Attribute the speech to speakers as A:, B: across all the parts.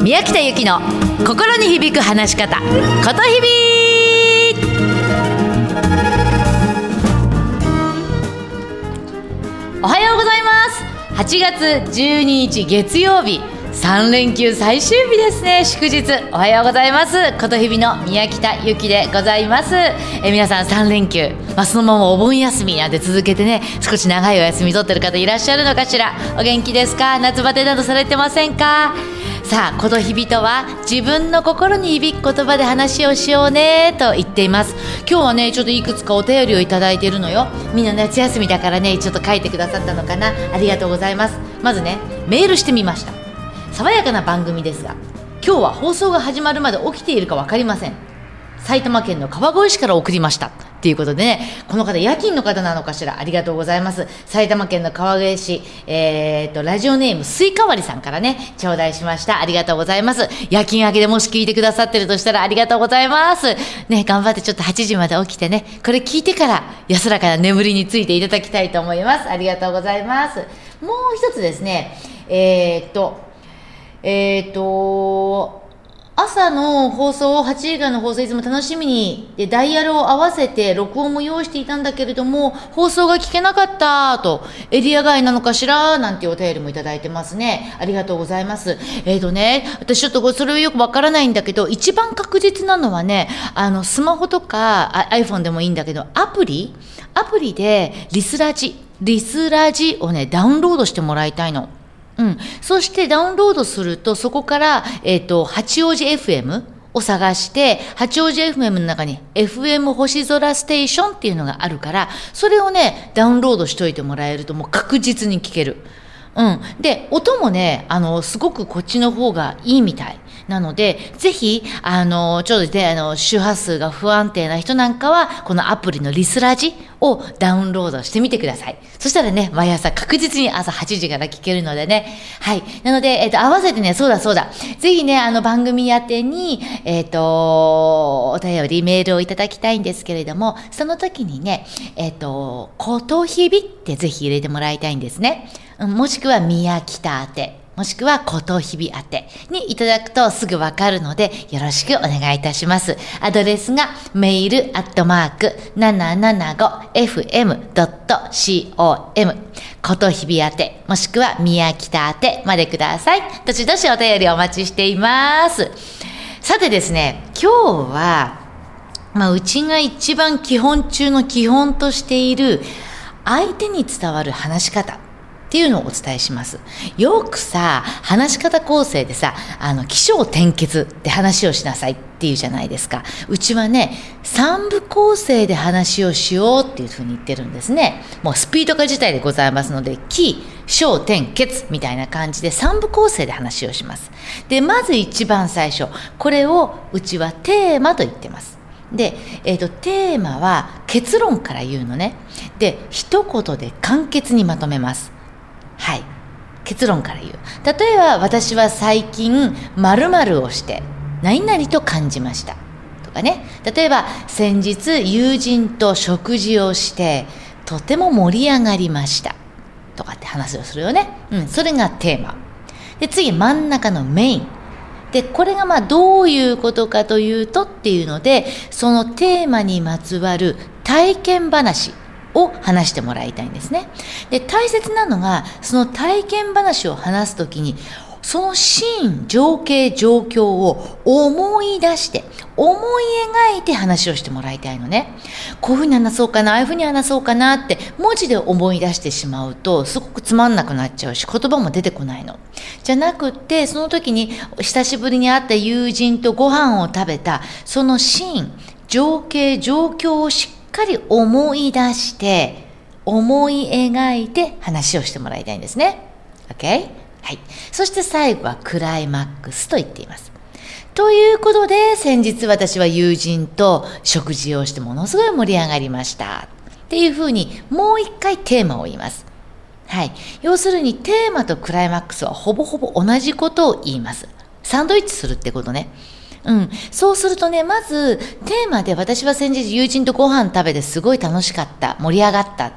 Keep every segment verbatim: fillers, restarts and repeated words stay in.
A: 宮北由紀の心に響く話し方、ことひび。おはようございます。はちがつじゅうににち月曜日、さんれんきゅう最終日ですね。祝日おはようございます。ことひびの宮北由紀でございます。え皆さんさんれんきゅう、まあ、そのままお盆休みなんて続けてね、少し長いお休み取ってる方いらっしゃるのかしら。お元気ですか？夏バテなどされてませんか？さあ、ことひびとは自分の心に響く言葉で話をしようねと言っています。今日はね、ちょっといくつかお便りをいただいているのよ。みんな夏休みだからね、ちょっと書いてくださったのかな。ありがとうございます。まずね、メールしてみました。爽やかな番組ですが、今日は放送が始まるまで起きているか分かりません。埼玉県の川越市から送りましたということでね、この方夜勤の方なのかしら。ありがとうございます。埼玉県の川越市、えー、とラジオネームスイカ割りさんからね頂戴しました。ありがとうございます。夜勤明けでもし聞いてくださってるとしたらありがとうございますね。頑張ってちょっとはちじまで起きてね、これ聞いてから安らかな眠りについていただきたいと思います。ありがとうございます。もう一つですね、えー、っとえー、っと朝の放送、はちじかんの放送いつも楽しみにでダイヤルを合わせて録音も用意していたんだけれども、放送が聞けなかったと、エリア外なのかしらなんていうお便りもいただいてますね。ありがとうございます。えーとね、私ちょっとそれはよくわからないんだけど、一番確実なのはね、あのスマホとか iPhone でもいいんだけど、アプリアプリでリスラジリスラジをねダウンロードしてもらいたいの。うん、そしてダウンロードすると、そこから、えっと、八王子 エフエム を探して、八王子 エフエム の中に エフエム 星空ステーションっていうのがあるから、それをね、ダウンロードしといてもらえるともう確実に聞ける。うん。で、音もね、あの、すごくこっちの方がいいみたい。なので、ぜひ、あの、ちょうどね、あの、周波数が不安定な人なんかは、このアプリのリスラジをダウンロードしてみてください。そしたらね、毎朝確実に朝はちじから聞けるのでね。はい。なので、えっと、合わせてね、そうだそうだ。ぜひね、あの、番組宛てに、えっと、お便り、メールをいただきたいんですけれども、その時にね、えっと、ことひびってぜひ入れてもらいたいんですね。もしくは宮北宛て、もしくはことひび宛てにいただくとすぐわかるので、よろしくお願いいたします。アドレスがメールアットマーク ななななごエフエムドットコム ことひび宛て、もしくは宮北宛てまでください。どしどしお便りお待ちしています。さてですね、今日は、まあ、うちが一番基本中の基本としている相手に伝わる話し方っていうのをお伝えします。よくさ、話し方構成でさ、あの、起承転結って話をしなさいっていうじゃないですか。うちはね、三部構成で話をしようっていうふうに言ってるんですね。もうスピード化自体でございますので、起、承、転、結みたいな感じで三部構成で話をします。で、まず一番最初、これをうちはテーマと言ってます。で、えっと、テーマは結論から言うのね。で、一言で簡潔にまとめます。はい。結論から言う。例えば、私は最近〇〇をして何々と感じましたとかね。例えば、先日友人と食事をしてとても盛り上がりましたとかって話をするよね。うん、それがテーマ。で、次真ん中のメイン。で、これがまあどういうことかというとっていうので、そのテーマにまつわる体験話を話してもらいたいんですね。で、大切なのが、その体験話を話すときに、そのシーン、情景、状況を思い出して、思い描いて話をしてもらいたいのね。こういうふうに話そうかな、ああいうふうに話そうかなって、文字で思い出してしまうと、すごくつまんなくなっちゃうし、言葉も出てこないの。じゃなくって、その時に、久しぶりに会った友人とご飯を食べた、そのシーン、情景、状況をしっかりしっかり思い出して思い描いて話をしてもらいたいんですね。 OK？ はい。そして最後はクライマックスと言っています。ということで、先日私は友人と食事をしてものすごい盛り上がりましたっていうふうにもう一回テーマを言います。はい。要するにテーマとクライマックスはほぼほぼ同じことを言います。サンドイッチするってことね。うん。そうするとね、まず、テーマで私は先日友人とご飯食べてすごい楽しかった、盛り上がったっ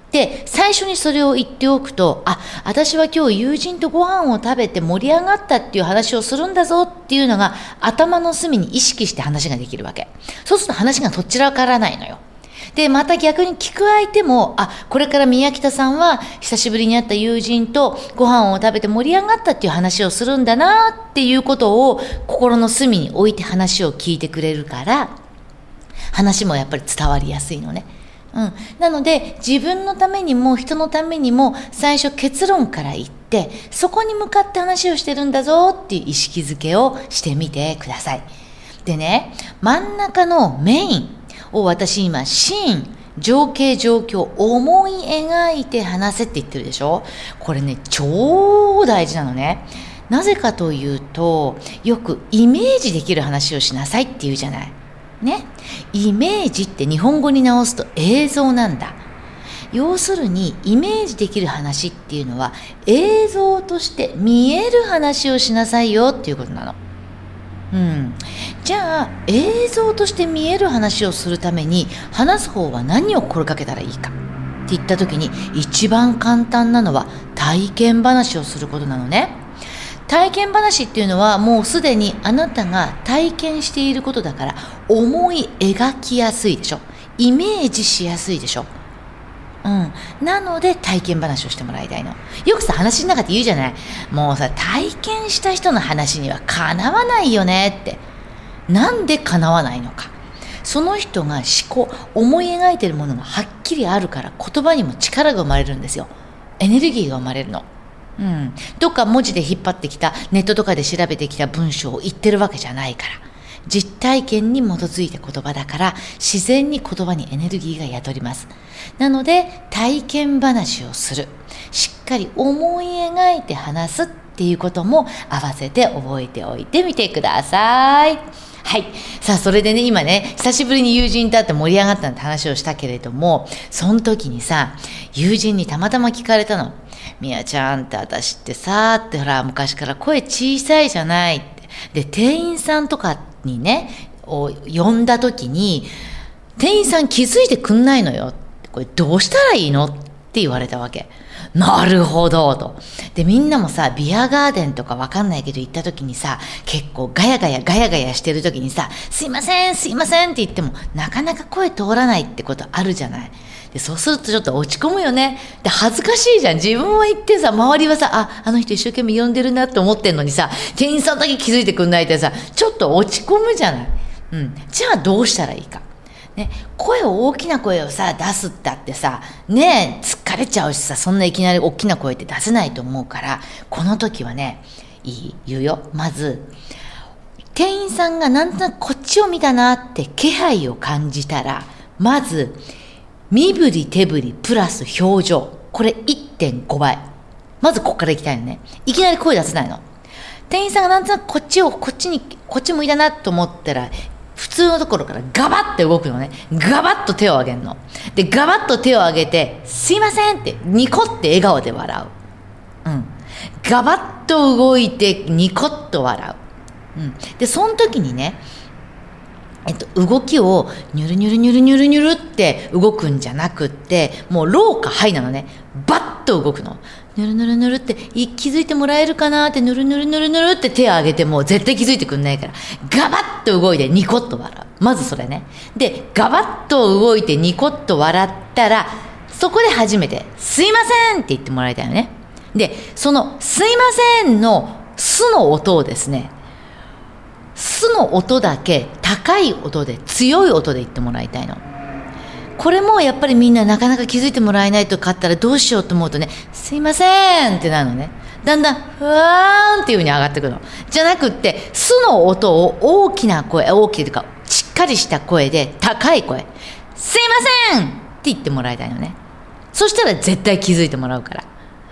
A: で、最初にそれを言っておくと、あ、私は今日友人とご飯を食べて盛り上がったっていう話をするんだぞっていうのが頭の隅に意識して話ができるわけ。そうすると話がとっちらからないのよ。で、また逆に聞く相手も、あ、これから宮北さんは久しぶりに会った友人とご飯を食べて盛り上がったっていう話をするんだなっていうことを心の隅に置いて話を聞いてくれるから、話もやっぱり伝わりやすいのね。うん、なので自分のためにも人のためにも最初結論から言ってそこに向かって話をしてるんだぞっていう意識づけをしてみてください。でね、真ん中のメインを私今シーン、情景、状況、思い描いて話せって言ってるでしょ。これね超大事なのね。なぜかというと、よくイメージできる話をしなさいって言うじゃないね。イメージって日本語に直すと映像なんだ。要するにイメージできる話っていうのは映像として見える話をしなさいよっていうことなの。うん。じゃあ映像として見える話をするために話す方は何を心がけたらいいかって言った時に一番簡単なのは体験話をすることなのね。体験話っていうのはもうすでにあなたが体験していることだから思い描きやすいでしょ。イメージしやすいでしょ。うん。なので体験話をしてもらいたいの。よくさ話の中で言うじゃない。もうさ体験した人の話にはかなわないよねって。なんでかなわないのか。その人が思考、思い描いているものがはっきりあるから言葉にも力が生まれるんですよ。エネルギーが生まれるの。うん、どっか文字で引っ張ってきたネットとかで調べてきた文章を言ってるわけじゃないから、実体験に基づいた言葉だから自然に言葉にエネルギーが宿ります。なので体験話をする、しっかり思い描いて話すっていうことも合わせて覚えておいてみてください。はい。さあ、それでね、今ね、久しぶりに友人と会って盛り上がったって話をしたけれども、その時にさ、友人にたまたま聞かれたの。みやちゃんって私ってさ、ってほら、昔から声小さいじゃないって。で、店員さんとかにね、を呼んだ時に、店員さん気づいてくんないのよ。これどうしたらいいのって言われたわけ。なるほどと。で、みんなもさ、ビアガーデンとかわかんないけど行った時にさ、結構ガヤガヤガヤガヤしてる時にさ、すいませんすいませんって言ってもなかなか声通らないってことあるじゃない。で、そうするとちょっと落ち込むよね。で、恥ずかしいじゃん。自分は言ってさ、周りはさ、あ、あの人一生懸命呼んでるなって思ってんのにさ、店員さんだけ気づいてくんないってさ、ちょっと落ち込むじゃない。うん。じゃあどうしたらいいか。ね、声を大きな声をさ出すったってさねえ疲れちゃうしさ、そんないきなり大きな声って出せないと思うから、この時はねいい言うよ。まず店員さんがなんとなくこっちを見たなって気配を感じたら、まず身振り手振りプラス表情、これ いってんご 倍、まずここから行きたいのね。いきなり声出せないの。店員さんがなんとなくこっちをこっちにこっち向いたなと思ったら、普通のところからガバッて動くのね。ガバッと手を挙げるの。で、ガバッと手を挙げて、すいませんってニコって笑顔で笑う。うん。ガバッと動いてニコッと笑う。うん。で、その時にね、えっと、動きをニュルニュルニュルニュルニュルって動くんじゃなくって、もうローかハイなのね。バッと動くの。ぬるぬるぬるって気づいてもらえるかなって、ぬるぬるぬるぬるって手を挙げても絶対気づいてくんないから、ガバッと動いてニコッと笑う。まずそれね。で、ガバッと動いてニコッと笑ったら、そこで初めてすいませんって言ってもらいたいよね。で、そのすいませんのすの音をですね、すの音だけ高い音で強い音で言ってもらいたいの。これもやっぱりみんななかなか気づいてもらえないとかあったらどうしようと思うとね、すいませんってなるのね。だんだんふわーんっていう風に上がってくるのじゃなくって、すの音を大きな声、大きいというかしっかりした声で高い声、すいませんって言ってもらいたいのね。そしたら絶対気づいてもらうから。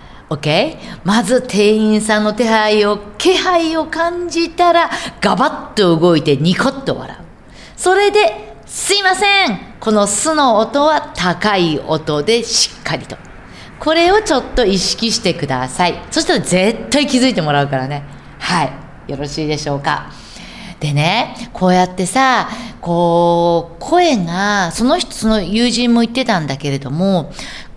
A: OK。 まず店員さんの手配を気配を感じたらガバッと動いてニコッと笑う。それですいません、このすの音は高い音でしっかりと、これをちょっと意識してください。そしたら絶対気づいてもらうからね。はい、よろしいでしょうか。でね、こうやってさ、こう声がその人、その友人も言ってたんだけれども、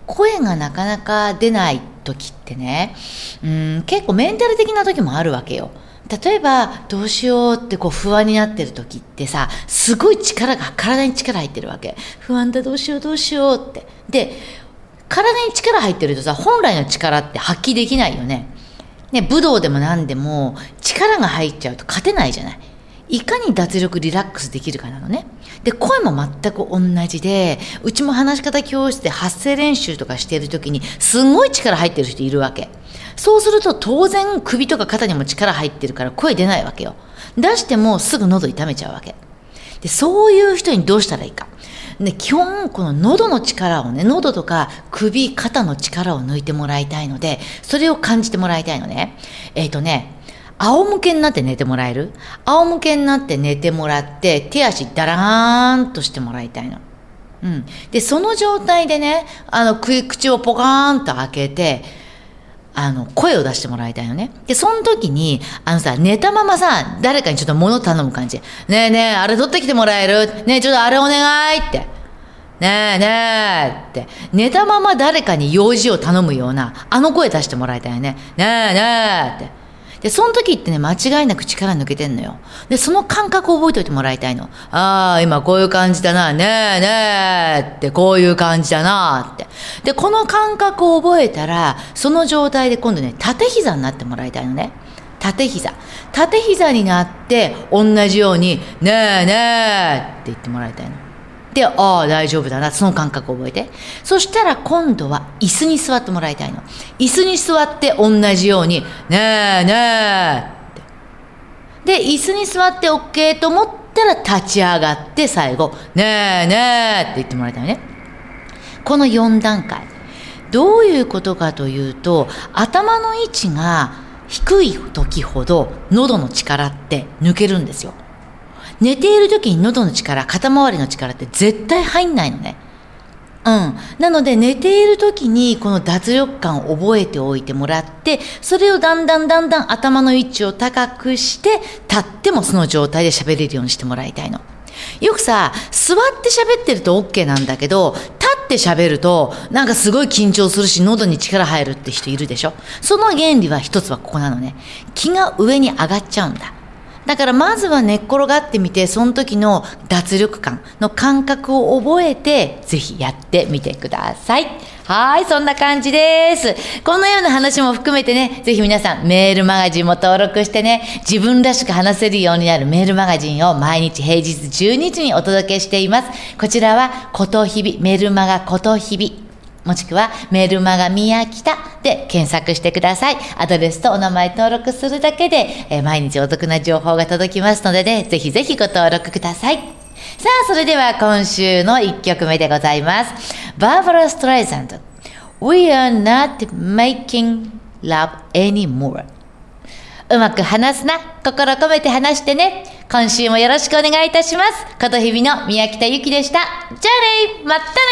A: 声がなかなか出ない時ってね、うん結構メンタル的な時もあるわけよ。例えばどうしようってこう不安になってる時ってさ、すごい力が体に力入ってるわけ。不安だ、どうしようどうしようって。で体に力入ってるとさ、本来の力って発揮できないよね。ね、武道でも何でも力が入っちゃうと勝てないじゃない。いかに脱力リラックスできるかなのね。で声も全く同じで、うちも話し方教室で発声練習とかしている時にすごい力入ってる人いるわけ。そうすると当然首とか肩にも力入ってるから声出ないわけよ。出してもすぐ喉痛めちゃうわけで、そういう人にどうしたらいいか。で基本この喉の力をね、喉とか首肩の力を抜いてもらいたいので、それを感じてもらいたいのね。えっとね仰向けになって寝てもらえる？仰向けになって寝てもらって手足ダラーンとしてもらいたいの。うん。でその状態でね、あの口をポカーンと開けてあの声を出してもらいたいのね。でその時にあのさ、寝たままさ誰かにちょっと物頼む感じ。ねえねえあれ取ってきてもらえる？ねえちょっとあれお願いって。ねえねえって寝たまま誰かに用事を頼むようなあの声出してもらいたいよね。ねえねえって。でその時ってね、間違いなく力抜けてんのよ。でその感覚を覚えておいてもらいたいの。ああ今こういう感じだな、ねえねえってこういう感じだなって。でこの感覚を覚えたら、その状態で今度ね縦膝になってもらいたいのね。縦膝縦膝になって同じようにねえねえって言ってもらいたいので、ああ大丈夫だな、その感覚を覚えて。そしたら今度は椅子に座ってもらいたいの。椅子に座って同じようにねえねえって。で椅子に座って OK と思ったら立ち上がって最後ねえねえって言ってもらいたいね。このよん段階どういうことかというと、頭の位置が低い時ほど喉の力って抜けるんですよ。寝ている時に喉の力、肩周りの力って絶対入んないのね。うん。なので寝ている時にこの脱力感を覚えておいてもらって、それをだんだんだんだん頭の位置を高くして、立ってもその状態で喋れるようにしてもらいたいの。よくさ、座って喋ってると OK なんだけど、立って喋るとなんかすごい緊張するし喉に力入るって人いるでしょ。その原理は一つはここなのね。気が上に上がっちゃうんだ。だからまずは寝っ転がってみて、その時の脱力感の感覚を覚えてぜひやってみてください。はい、そんな感じです。このような話も含めてね、ぜひ皆さんメールマガジンも登録してね、自分らしく話せるようになるメールマガジンを毎日平日じゅうにじにお届けしています。こちらはことひび、メールマガことひび、もしくはメールマガ宮北で検索してください。アドレスとお名前登録するだけで、えー、毎日お得な情報が届きますのでね、ぜひぜひご登録ください。さあそれでは今週のいっきょくめでございます。バーバラ・ストライザンド We are not making love anymore。 うまく話すな、心込めて話してね。今週もよろしくお願いいたします。ことひびの宮北ゆきでした。じゃあね、またね。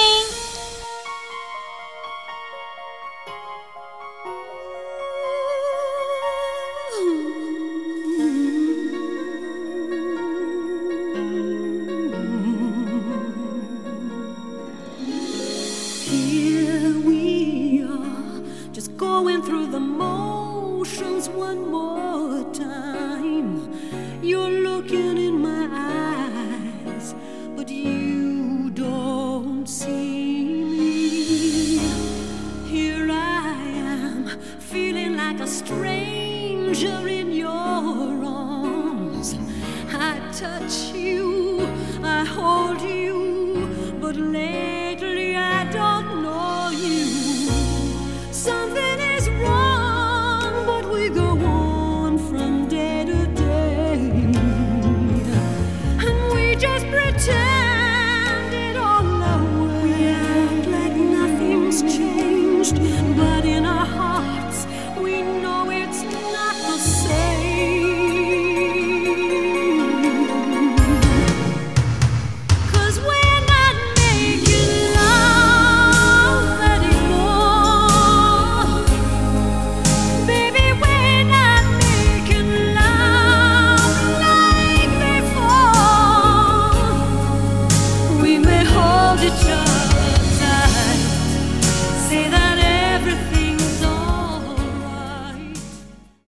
B: Going through the motions one more time. You're looking in my eyes, but you don't see me. Here I am, feeling like a stranger in your arms. I touch you, I hold you, but let